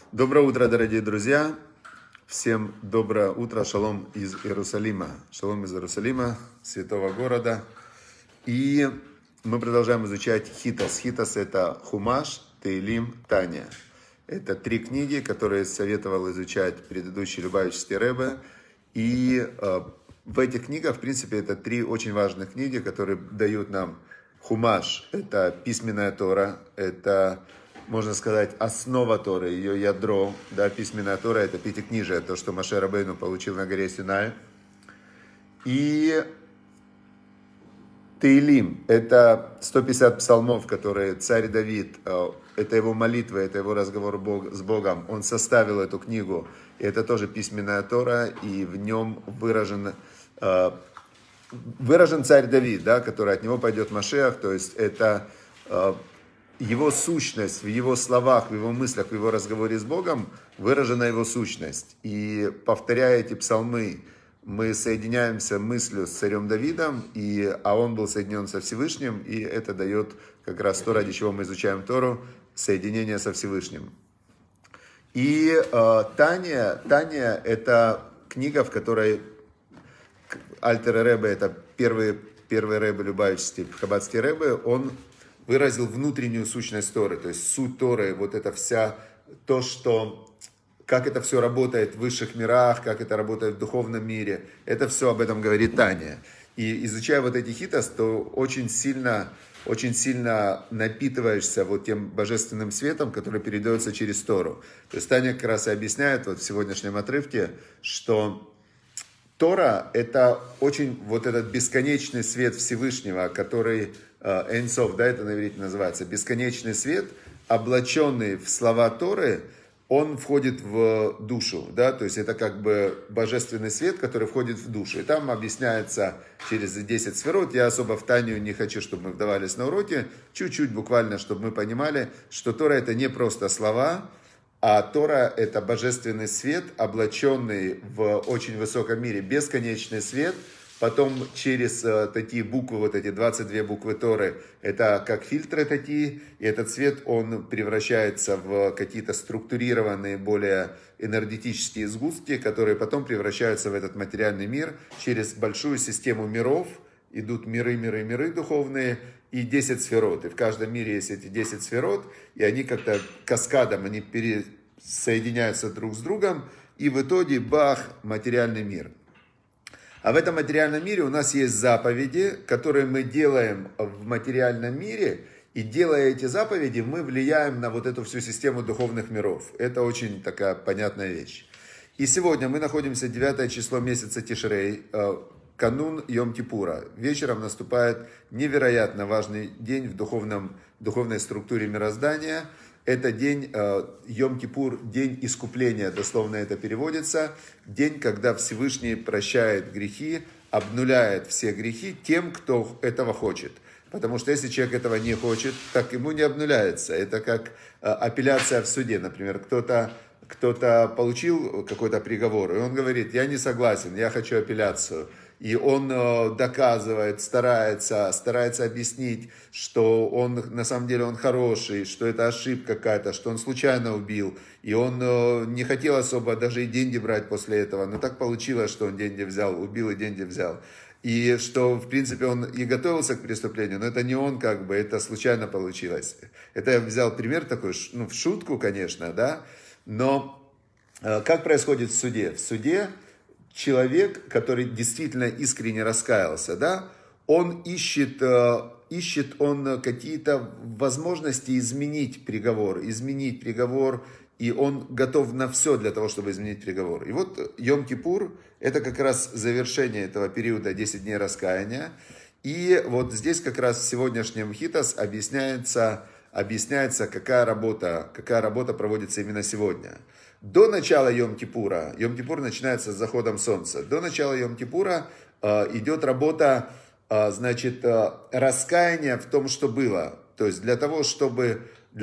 Доброе утро, дорогие друзья! Всем доброе утро, шалом из Иерусалима. Шалом из Иерусалима, святого города. И мы продолжаем изучать Хитас. Хитас – это Хумаш, Теилим, Таня. Это три книги, которые советовал изучать предыдущий Любавический Ребе. И в этих книгах, в принципе, это три очень важных книги, которые дают нам Хумаш – это письменная Тора, это, можно сказать, основа Торы, ее ядро, да, письменная Тора – это пятикнижие, то, что Моше Рабейну получил на горе Синай. И Теилим – это 150 псалмов, которые царь Давид, это его молитвы, это его разговор с Богом, он составил эту книгу, и это тоже письменная Тора, и в нем выражен царь Давид, да, который от него пойдет Машиах, то есть это его сущность, в его словах, в его мыслях, в его разговоре с Богом выражена его сущность. И повторяя эти псалмы, мы соединяемся мыслью с царем Давидом, а он был соединен со Всевышним, и это дает как раз то, ради чего мы изучаем Тору, соединение со Всевышним. И Таня – это книга, в которой Альтер Ребе, это первый Ребе Любавический, Хаббатский Ребе, он выразил внутреннюю сущность Торы, то есть суть Торы, вот это вся, то, что, как это все работает в высших мирах, как это работает в духовном мире, это все об этом говорит Таня. И изучая вот эти хитас, то очень сильно напитываешься вот тем божественным светом, который передается через Тору. То есть Таня как раз и объясняет вот в сегодняшнем отрывке, что Тора – это очень вот этот бесконечный свет Всевышнего, который Эйн Соф, да, это на иврите называется, бесконечный свет, облаченный в слова Торы, он входит в душу, да, то есть это как бы божественный свет, который входит в душу. И там объясняется через 10 сферот, я особо в Танию не хочу, чтобы мы вдавались на уроке, чуть-чуть буквально, чтобы мы понимали, что Тора – это не просто слова, а Тора – это божественный свет, облаченный в очень высоком мире, бесконечный свет. Потом через такие буквы, вот эти 22 буквы Торы, это как фильтры такие, и этот свет, он превращается в какие-то структурированные, более энергетические сгустки, которые потом превращаются в этот материальный мир через большую систему миров. Идут миры духовные и 10 сферот. И в каждом мире есть эти 10 сферот, и они как-то каскадом, они соединяются друг с другом, и в итоге бах, материальный мир. А в этом материальном мире у нас есть заповеди, которые мы делаем в материальном мире, и делая эти заповеди, мы влияем на вот эту всю систему духовных миров. Это очень такая понятная вещь. И сегодня мы находимся 9 число месяца Тишрей, канун Йом-Кипура. Вечером наступает невероятно важный день в духовной структуре мироздания. Это день Йом-Кипур, день искупления, дословно это переводится. День, когда Всевышний прощает грехи, обнуляет все грехи тем, кто этого хочет. Потому что если человек этого не хочет, так ему не обнуляется. Это как апелляция в суде. Например, кто-то получил какой-то приговор, и он говорит: я не согласен, я хочу апелляцию. И он доказывает, старается объяснить, что он на самом деле он хороший, что это ошибка какая-то, что он случайно убил. И он не хотел особо даже и деньги брать после этого. Но так получилось, что он деньги взял, убил и деньги взял. И что, в принципе, он и готовился к преступлению, но это не он как бы, это случайно получилось. Это я взял пример такой, в шутку, конечно, да. Но как происходит в суде? В суде человек, который действительно искренне раскаялся, да, он ищет какие-то возможности изменить приговор, и он готов на все для того, чтобы изменить приговор. И вот Йом-Кипур – это как раз завершение этого периода 10 дней раскаяния. И вот здесь как раз в сегодняшнем Хитас объясняется, какая работа проводится именно сегодня. До начала Йом-Кипура, Йом-Кипур начинается с заходом солнца, до начала Йом-Кипура идет работа, раскаяния в том, что было. То есть для того, чтобы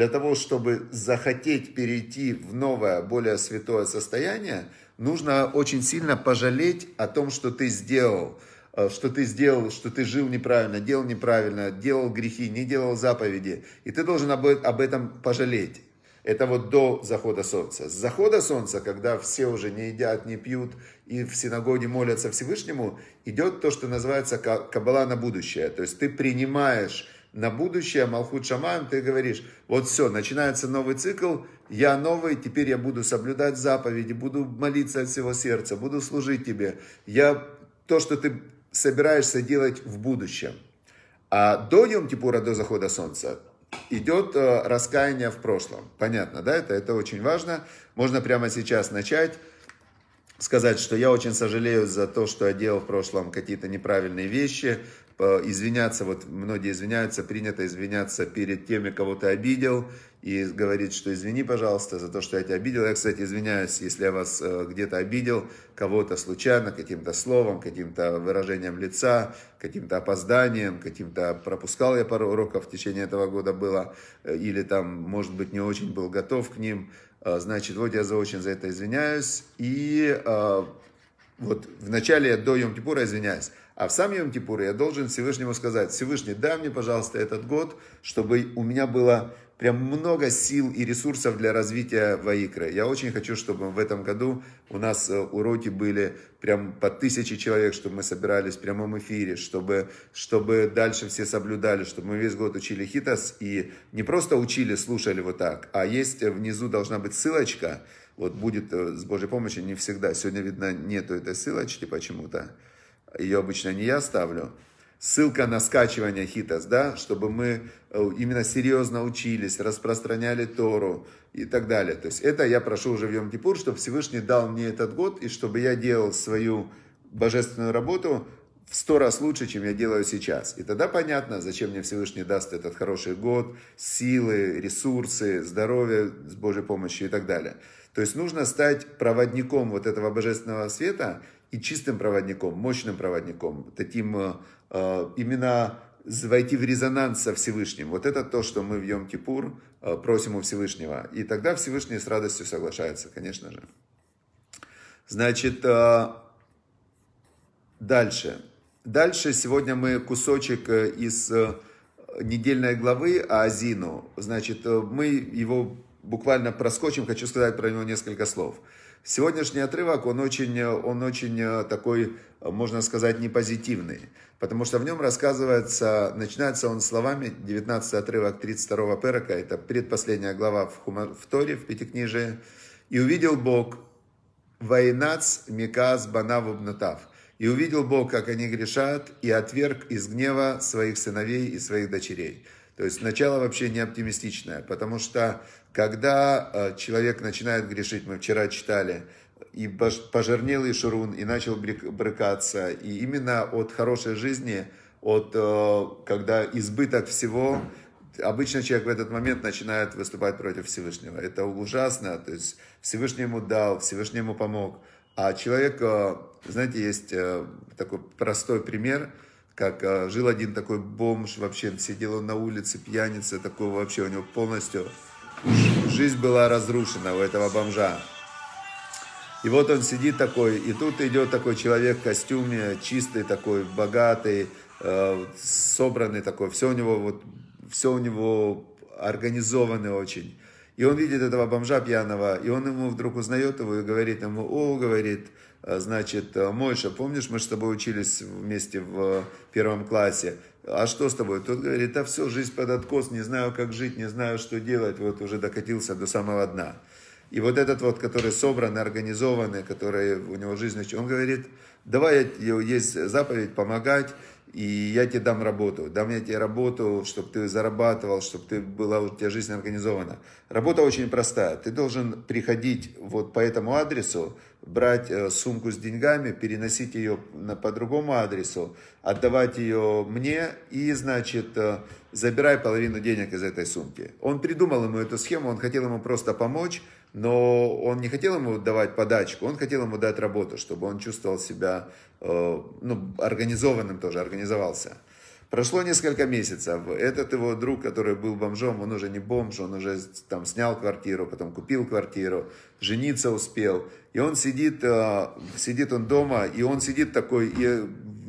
захотеть перейти в новое, более святое состояние, нужно очень сильно пожалеть о том, что ты сделал, что ты жил неправильно, делал грехи, не делал заповеди. И ты должен об этом пожалеть. Это вот до захода солнца. С захода солнца, когда все уже не едят, не пьют и в синагоге молятся Всевышнему, идет то, что называется каббала на будущее. То есть ты принимаешь на будущее Малхут Шамаим, ты говоришь, вот все, начинается новый цикл, я новый, теперь я буду соблюдать заповеди, буду молиться от всего сердца, буду служить тебе. То, что ты собираешься делать в будущем. А до Йом-Кипура, до захода солнца, идет раскаяние в прошлом. Понятно, да? Это очень важно. Можно прямо сейчас начать, сказать, что я очень сожалею за то, что я делал в прошлом какие-то неправильные вещи, извиняться, вот многие извиняются, принято извиняться перед теми, кого ты обидел, и говорить, что извини, пожалуйста, за то, что я тебя обидел. Я, кстати, извиняюсь, если я вас где-то обидел, кого-то случайно, каким-то словом, каким-то выражением лица, каким-то опозданием, каким-то пропускал я пару уроков в течение этого года было, или там, может быть, не очень был готов к ним. Значит, вот я очень за это извиняюсь, и вот в начале до Йом-Кипура извиняюсь. А в сам Йом-Кипур я должен Всевышнему сказать: Всевышний, дай мне, пожалуйста, этот год, чтобы у меня было прям много сил и ресурсов для развития Ваикры. Я очень хочу, чтобы в этом году у нас уроки были прям по 1000 человек, чтобы мы собирались в прямом эфире, чтобы дальше все соблюдали, чтобы мы весь год учили хитас и не просто учили, слушали вот так, а есть внизу должна быть ссылочка, вот будет с Божьей помощью, не всегда, сегодня, видно, нету этой ссылочки почему-то. Ее обычно не я ставлю. Ссылка на скачивание хитас, да, чтобы мы именно серьезно учились, распространяли Тору и так далее. То есть это я прошу уже в Йом-Кипур, чтобы Всевышний дал мне этот год, и чтобы я делал свою божественную работу в 100 раз лучше, чем я делаю сейчас. И тогда понятно, зачем мне Всевышний даст этот хороший год, силы, ресурсы, здоровье с Божьей помощью и так далее. То есть нужно стать проводником вот этого божественного света, и чистым проводником, мощным проводником, таким именно войти в резонанс со Всевышним. Вот это то, что мы в Йом-Кипур просим у Всевышнего. И тогда Всевышний с радостью соглашается, конечно же. Значит, дальше. Дальше сегодня мы кусочек из недельной главы Аазину. Значит, мы его буквально проскочим, хочу сказать про него несколько слов. Сегодняшний отрывок, он очень такой, можно сказать, непозитивный, потому что в нем рассказывается, начинается он словами, 19 отрывок 32 перека, это предпоследняя глава в Торе, в Пятикнижии. «И увидел Бог ваинац миказ банав бнутав». И увидел Бог, как они грешат, и отверг из гнева своих сыновей и своих дочерей. То есть начало вообще не оптимистичное, потому что когда человек начинает грешить, мы вчера читали, и пожирнел Ишурун, и начал брыкаться, и именно от хорошей жизни, когда избыток всего, обычно человек в этот момент начинает выступать против Всевышнего. Это ужасно, то есть Всевышний ему дал, Всевышний ему помог. А человек, знаете, есть такой простой пример, как жил один такой бомж, вообще сидел он на улице, пьяница, такой вообще у него полностью жизнь была разрушена у этого бомжа. И вот он сидит такой, и тут идет такой человек в костюме, чистый такой, богатый, собранный такой, все у него организованно очень. И он видит этого бомжа пьяного, и он ему вдруг узнает его и говорит ему: говорит, значит, Мойша, помнишь, мы с тобой учились вместе в 1 классе, а что с тобой? Тот говорит: да все, жизнь под откос, не знаю, как жить, не знаю, что делать, вот уже докатился до самого дна. И вот этот вот, который собранный, организованный, который у него жизнь, он говорит: давай, есть заповедь помогать, и я тебе дам работу. Дам я тебе работу, чтобы ты зарабатывал, чтобы была у тебя жизнь организована. Работа очень простая. Ты должен приходить вот по этому адресу, брать сумку с деньгами, переносить ее по другому адресу, отдавать ее мне и, значит, забирай половину денег из этой сумки. Он придумал ему эту схему, он хотел ему просто помочь, но он не хотел ему давать подачку, он хотел ему дать работу, чтобы он чувствовал себя организованным тоже, организовался. Прошло несколько месяцев. Этот его друг, который был бомжом, он уже не бомж, он уже там снял квартиру, потом купил квартиру, жениться успел. И он сидит он дома, и он сидит такой, и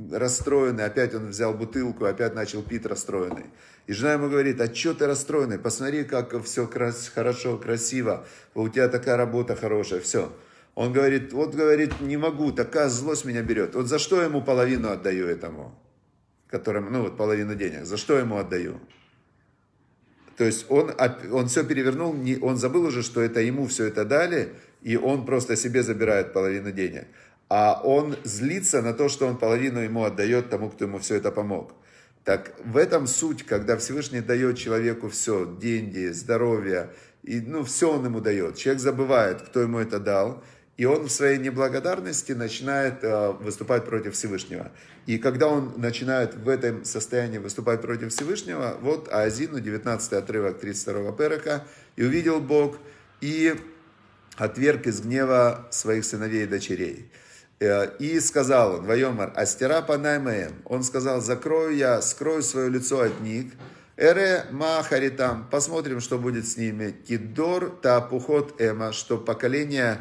расстроенный, опять он взял бутылку, опять начал пить расстроенный. И жена ему говорит, а что ты расстроенный? Посмотри, как все хорошо, красиво, у тебя такая работа хорошая, все. Он говорит, вот говорит, не могу, такая злость меня берет. Вот за что ему половину отдаю этому, которому, ну вот половину денег, за что ему отдаю? То есть он все перевернул, он забыл уже, что это ему все это дали, и он просто себе забирает половину денег. А он злится на то, что он половину ему отдает тому, кто ему все это помог. Так в этом суть, когда Всевышний дает человеку все, деньги, здоровье, и, все он ему дает. Человек забывает, кто ему это дал, и он в своей неблагодарности начинает выступать против Всевышнего. И когда он начинает в этом состоянии выступать против Всевышнего, вот Аазину, 19 отрывок 32 перека, «И увидел Бог, и отверг из гнева своих сыновей и дочерей». И сказал он, «Вайомар, астера панай моем». Он сказал, скрою свое лицо от них. «Эре ма харитам». Посмотрим, что будет с ними. «Кидор таапухот эма», что поколение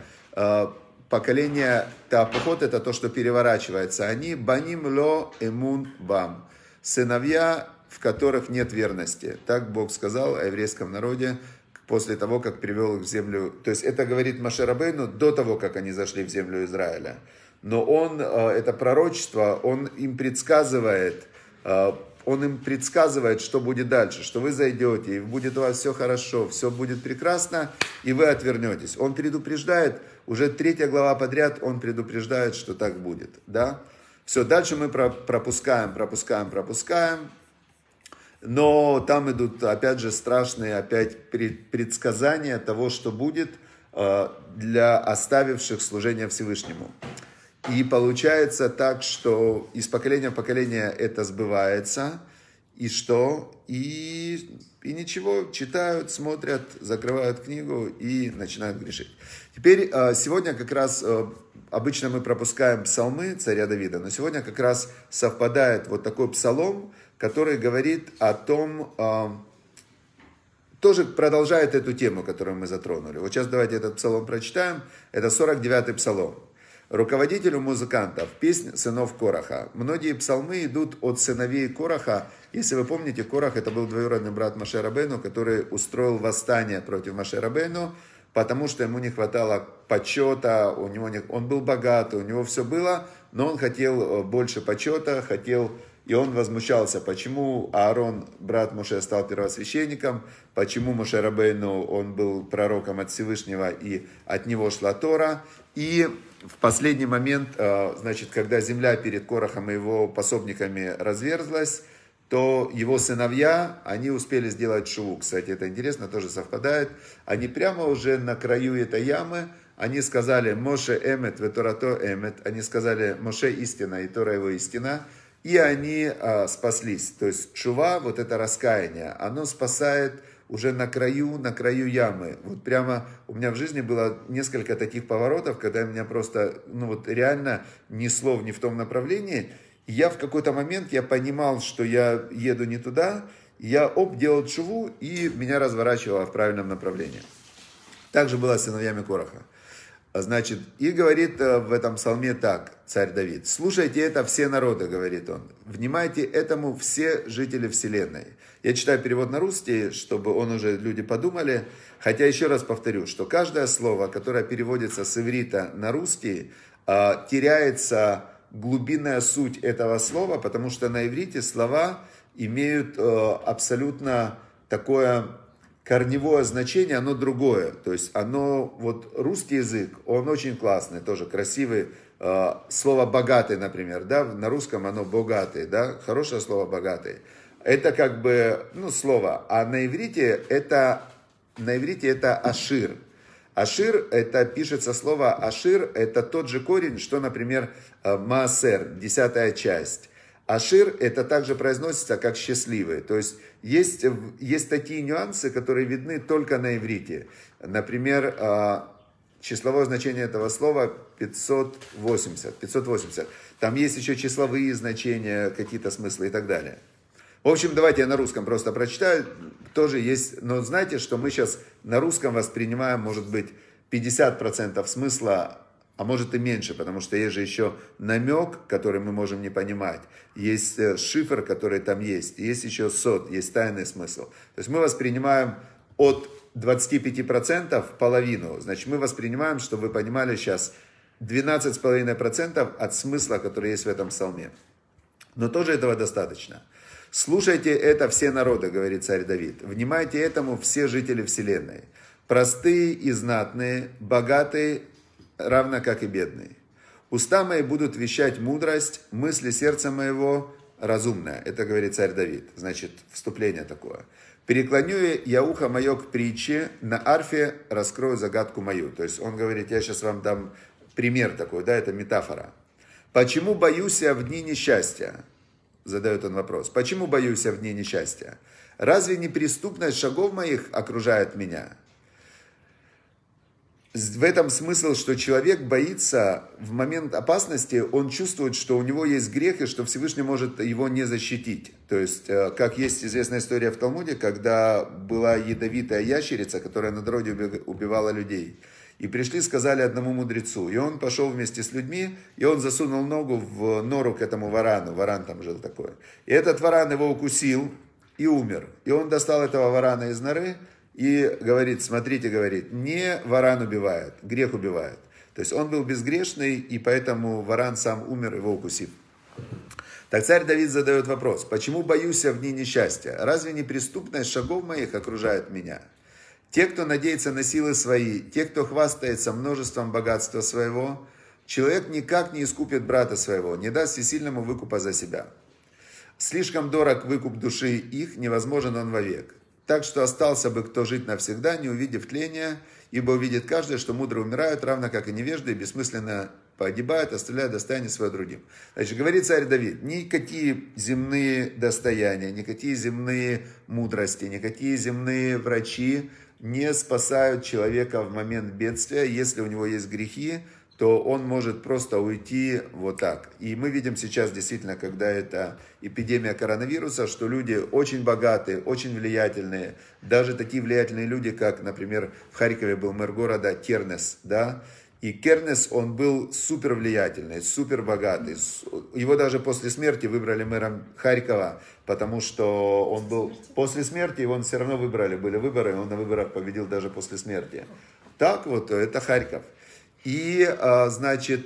таапухот, это то, что переворачивается. Они баним ло эмун бам. Сыновья, в которых нет верности. Так Бог сказал о еврейском народе после того, как привел их в землю. То есть это говорит Моше Рабейну до того, как они зашли в землю Израиля. Но это пророчество, он им предсказывает, что будет дальше, что вы зайдете, и будет у вас все хорошо, все будет прекрасно, и вы отвернетесь. Он предупреждает, уже 3 глава подряд, он предупреждает, что так будет. Да? Все, дальше мы пропускаем. Но там идут, опять же, страшные предсказания того, что будет для оставивших служение Всевышнему. И получается так, что из поколения в поколение это сбывается. И что? И ничего, читают, смотрят, закрывают книгу и начинают грешить. Теперь, сегодня как раз, обычно мы пропускаем псалмы царя Давида, но сегодня как раз совпадает вот такой псалом, который говорит о том, тоже продолжает эту тему, которую мы затронули. Вот сейчас давайте этот псалом прочитаем. Это 49-й псалом. Руководителю музыкантов, песнь сынов Кораха. Многие псалмы идут от сыновей Кораха. Если вы помните, Корах это был двоюродный брат Моше Рабейну, который устроил восстание против Моше Рабейну, потому что ему не хватало почета, он был богат, у него все было, но он хотел больше почета, и он возмущался, почему Аарон, брат Моше, стал первосвященником, почему Моше Рабейну, он был пророком от Всевышнего, и от него шла Тора. И в последний момент, значит, когда земля перед Корахом и его пособниками разверзлась, то его сыновья, они успели сделать шуву. Кстати, это интересно, тоже совпадает. Они прямо уже на краю этой ямы, они сказали «Моше эмет, веторато эмет». Они сказали «Моше истина, и Тора его истина». И они спаслись. То есть шува, вот это раскаяние, оно спасает уже на краю ямы. Вот прямо у меня в жизни было несколько таких поворотов, когда меня просто, реально несло не в том направлении. И я в какой-то момент, я понимал, что я еду не туда, я делал шуву, и меня разворачивало в правильном направлении. Так же было с сыновьями Кораха. Значит, и говорит в этом псалме так, царь Давид. «Слушайте это все народы», говорит он. «Внимайте этому все жители вселенной». Я читаю перевод на русский, чтобы люди подумали. Хотя еще раз повторю, что каждое слово, которое переводится с иврита на русский, теряется глубинная суть этого слова, потому что на иврите слова имеют абсолютно такое корневое значение, оно другое. То есть русский язык, он очень классный, тоже красивый. Слово «богатый», например, да, на русском оно «богатый», да, хорошее слово «богатый». Это слово, а на иврите это «ашир». Ашир, это пишется слово «ашир», это тот же корень, что, например, «маасер», 10-я часть. Ашир, это также произносится как «счастливый». То есть, есть такие нюансы, которые видны только на иврите. Например, числовое значение этого слова 580. Там есть еще числовые значения, какие-то смыслы и так далее. В общем, давайте я на русском просто прочитаю. Тоже есть, но знаете, что мы сейчас на русском воспринимаем, может быть, 50% смысла а может и меньше, потому что есть же еще намек, который мы можем не понимать, есть шифр, который там есть еще сод, есть тайный смысл. То есть мы воспринимаем от 25% половину, значит мы воспринимаем, чтобы вы понимали сейчас, 12,5% от смысла, который есть в этом псалме. Но тоже этого достаточно. «Слушайте это все народы, говорит царь Давид, внимайте этому все жители вселенной, простые и знатные, богатые, равно как и бедные. Уста мои будут вещать мудрость, мысли сердца моего разумное». Это говорит царь Давид. Значит, вступление такое. «Переклоню я ухо мое к притче, на арфе раскрою загадку мою». То есть он говорит, я сейчас вам дам пример такой, да, это метафора. «Почему боюсь я в дни несчастья?» Задает он вопрос. «Почему боюсь я в дни несчастья? Разве неприступность шагов моих окружает меня?» В этом смысл, что человек боится в момент опасности, он чувствует, что у него есть грех и что Всевышний может его не защитить. То есть, как есть известная история в Талмуде, когда была ядовитая ящерица, которая на дороге убивала людей. И пришли, сказали одному мудрецу. И он пошел вместе с людьми, и он засунул ногу в нору к этому варану. Варан там жил такой. И этот варан его укусил и умер. И он достал этого варана из норы и говорит, смотрите, говорит, не варан убивает, грех убивает. То есть он был безгрешный, и поэтому варан сам умер, его укусив. Так царь Давид задает вопрос. «Почему боюсь я в дни несчастья? Разве неприступность шагов моих окружает меня? Те, кто надеется на силы свои, те, кто хвастается множеством богатства своего, человек никак не искупит брата своего, не даст всесильному выкупа за себя. Слишком дорог выкуп души их, невозможен он вовек. Так что остался бы кто жить навсегда, не увидев тления, ибо увидит каждый, что мудрые умирают, равно как и невежды, и бессмысленно погибают, оставляя достояние свое другим». Значит, говорит царь Давид, никакие земные достояния, никакие земные мудрости, никакие земные врачи не спасают человека в момент бедствия. Если у него есть грехи, то он может просто уйти вот так. И мы видим сейчас действительно, когда это эпидемия коронавируса, что люди очень богатые, очень влиятельные, даже такие влиятельные люди, как, например, в Харькове был мэр города Кернес, да, и Кернес, он был супер влиятельный, супер богатый. Его даже после смерти выбрали мэром Харькова, потому что он был... После смерти его все равно выбрали, были выборы, и он на выборах победил даже после смерти. Так вот, это Харьков. И, значит,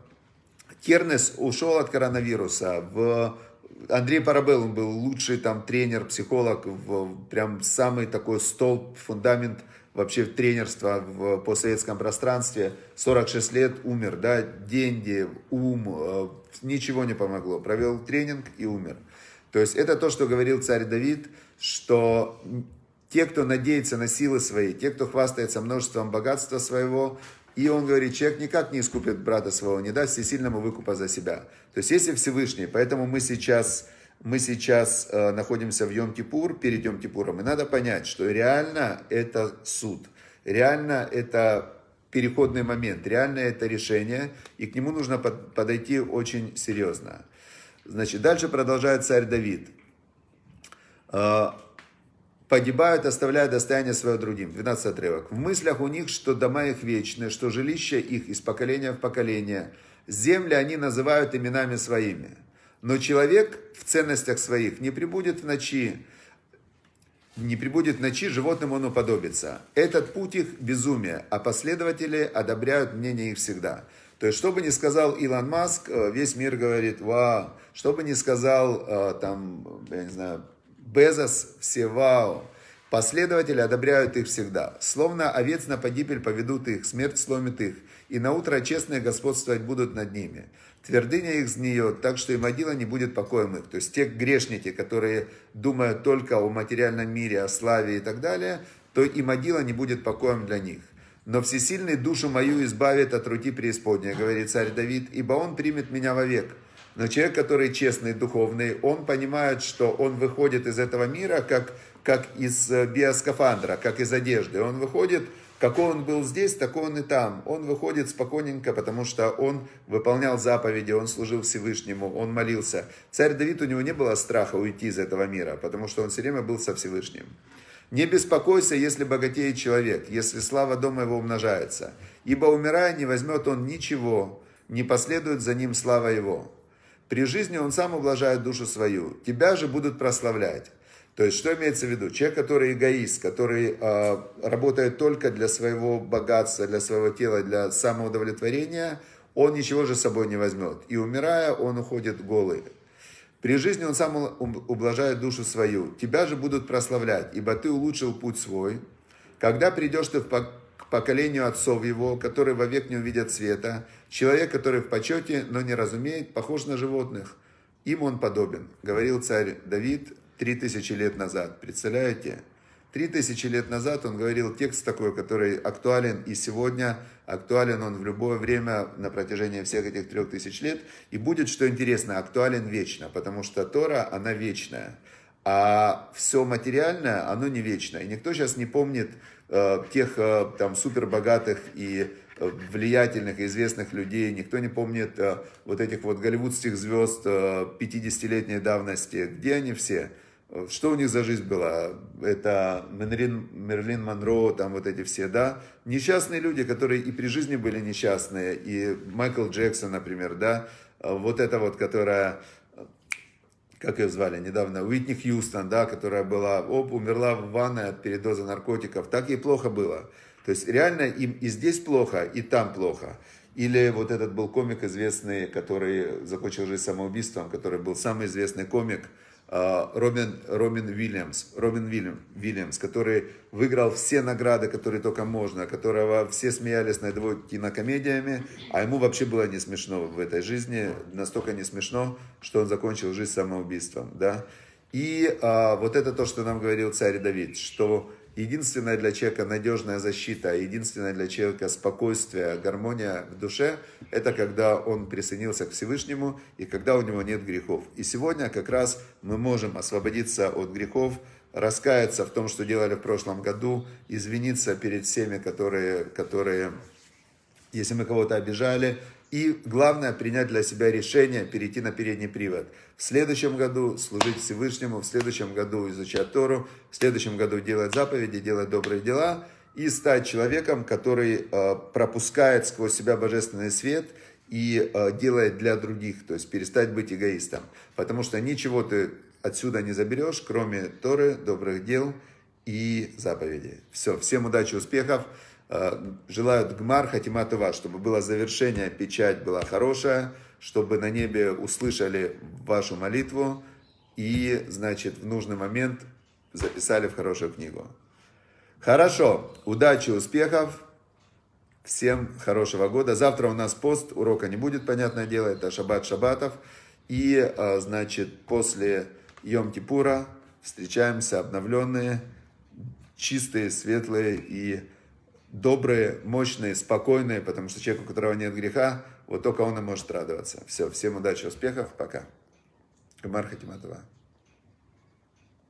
Кернес ушел от коронавируса. Андрей Парабеллум был лучший там тренер, психолог, прям самый такой столб, фундамент вообще тренерства в постсоветском пространстве. 46 лет умер, да, деньги, ум, ничего не помогло. Провел тренинг и умер. То есть это то, что говорил царь Давид, что те, кто надеется на силы свои, те, кто хвастается множеством богатства своего, и он говорит, человек никак не искупит брата своего, не даст всесильному выкупа за себя. То есть если Всевышний, поэтому мы сейчас находимся в Йом-Кипур, перед Йом-Кипуром, и надо понять, что реально это суд, реально это переходный момент, реально это решение, и к нему нужно подойти очень серьезно. Значит, дальше продолжает царь Давид. «Погибают, оставляя достояние свое другим». 12 отрывок. «В мыслях у них, что дома их вечны, что жилища их из поколения в поколение. Земли они называют именами своими. Но человек в ценностях своих не прибудет в ночи, животным он уподобится. Этот путь их безумие, а последователи одобряют мнение их всегда». То есть, что бы ни сказал Илон Маск, весь мир говорит, вау. Что бы ни сказал, там, я не знаю, Безос, все вау. Последователи одобряют их всегда. Словно овец на погибель поведут их, смерть сломит их. И наутро честные господствовать будут над ними. Твердыня их сгниет, так что и могила не будет покоем их. То есть те грешники, которые думают только о материальном мире, о славе и так далее, то и могила не будет покоем для них. «Но всесильный душу мою избавит от руки преисподней, говорит царь Давид, ибо он примет меня вовек». Но человек, который честный, духовный, он понимает, что он выходит из этого мира, как из биоскафандра, как из одежды. Он выходит, какой он был здесь, такой он и там. Он выходит спокойненько, потому что он выполнял заповеди, он служил Всевышнему, он молился. Царь Давид, у него не было страха уйти из этого мира, потому что он все время был со Всевышним. Не беспокойся, если богатеет человек, если слава дома его умножается. Ибо умирая, не возьмет он ничего, не последует за ним слава его. При жизни он сам ублажает душу свою, тебя же будут прославлять. То есть, что имеется в виду? Человек, который эгоист, который работает только для своего богатства, для своего тела, для самоудовлетворения, он ничего же с собой не возьмет. И умирая, он уходит голый. При жизни он сам ублажает душу свою. Тебя же будут прославлять, ибо ты улучшил путь свой. Когда придешь ты к поколению отцов его, которые вовек не увидят света, человек, который в почете, но не разумеет, похож на животных. Им он подобен, говорил царь Давид 3000 лет назад. Представляете? 3000 лет назад он говорил текст такой, который актуален и сегодня, актуален он в любое время на протяжении всех этих 3000 лет. И будет, что интересно, актуален вечно, потому что Тора, она вечная. А все материальное, оно не вечное. И никто сейчас не помнит тех там супербогатых и влиятельных и известных людей. Никто не помнит вот этих вот голливудских звезд 50-летней давности. Где они все? Что у них за жизнь была? Это Мерлин Монро, там вот эти все, да? Несчастные люди, которые и при жизни были несчастные. И Майкл Джексон, например, да? Вот эта вот, которая, как ее звали недавно, Уитни Хьюстон, да? Которая была, умерла в ванной от передоза наркотиков. Так ей плохо было. То есть реально им и здесь плохо, и там плохо. Или вот этот был комик известный, который закончил жизнь самоубийством, который был самый известный комик, Робин Уильямс, который выиграл все награды, которые только можно, которого все смеялись над его кинокомедиями, а ему вообще было не смешно в этой жизни, настолько не смешно, что он закончил жизнь самоубийством, да. И вот это то, что нам говорил царь Давид, что единственная для человека надежная защита, единственная для человека спокойствие, гармония в душе, это когда он присоединился к Всевышнему и когда у него нет грехов. И сегодня как раз мы можем освободиться от грехов, раскаяться в том, что делали в прошлом году, извиниться перед всеми, которые если мы кого-то обижали. И главное, принять для себя решение перейти на передний привод. В следующем году служить Всевышнему, в следующем году изучать Тору, в следующем году делать заповеди, делать добрые дела и стать человеком, который пропускает сквозь себя божественный свет и делает для других, то есть перестать быть эгоистом. Потому что ничего ты отсюда не заберешь, кроме Торы, добрых дел и заповедей. Все, всем удачи, успехов. Желают гмар хатима това, чтобы было завершение, печать была хорошая, чтобы на небе услышали вашу молитву и, значит, в нужный момент записали в хорошую книгу. Хорошо, удачи, успехов, всем хорошего года. Завтра у нас пост, урока не будет, понятное дело, это шаббат шаббатов. И, значит, после Йом-Кипура встречаемся обновленные, чистые, светлые и добрые, мощные, спокойные, потому что человек, у которого нет греха, вот только он и может радоваться. Все, всем удачи, успехов, пока. Гмар хатима това.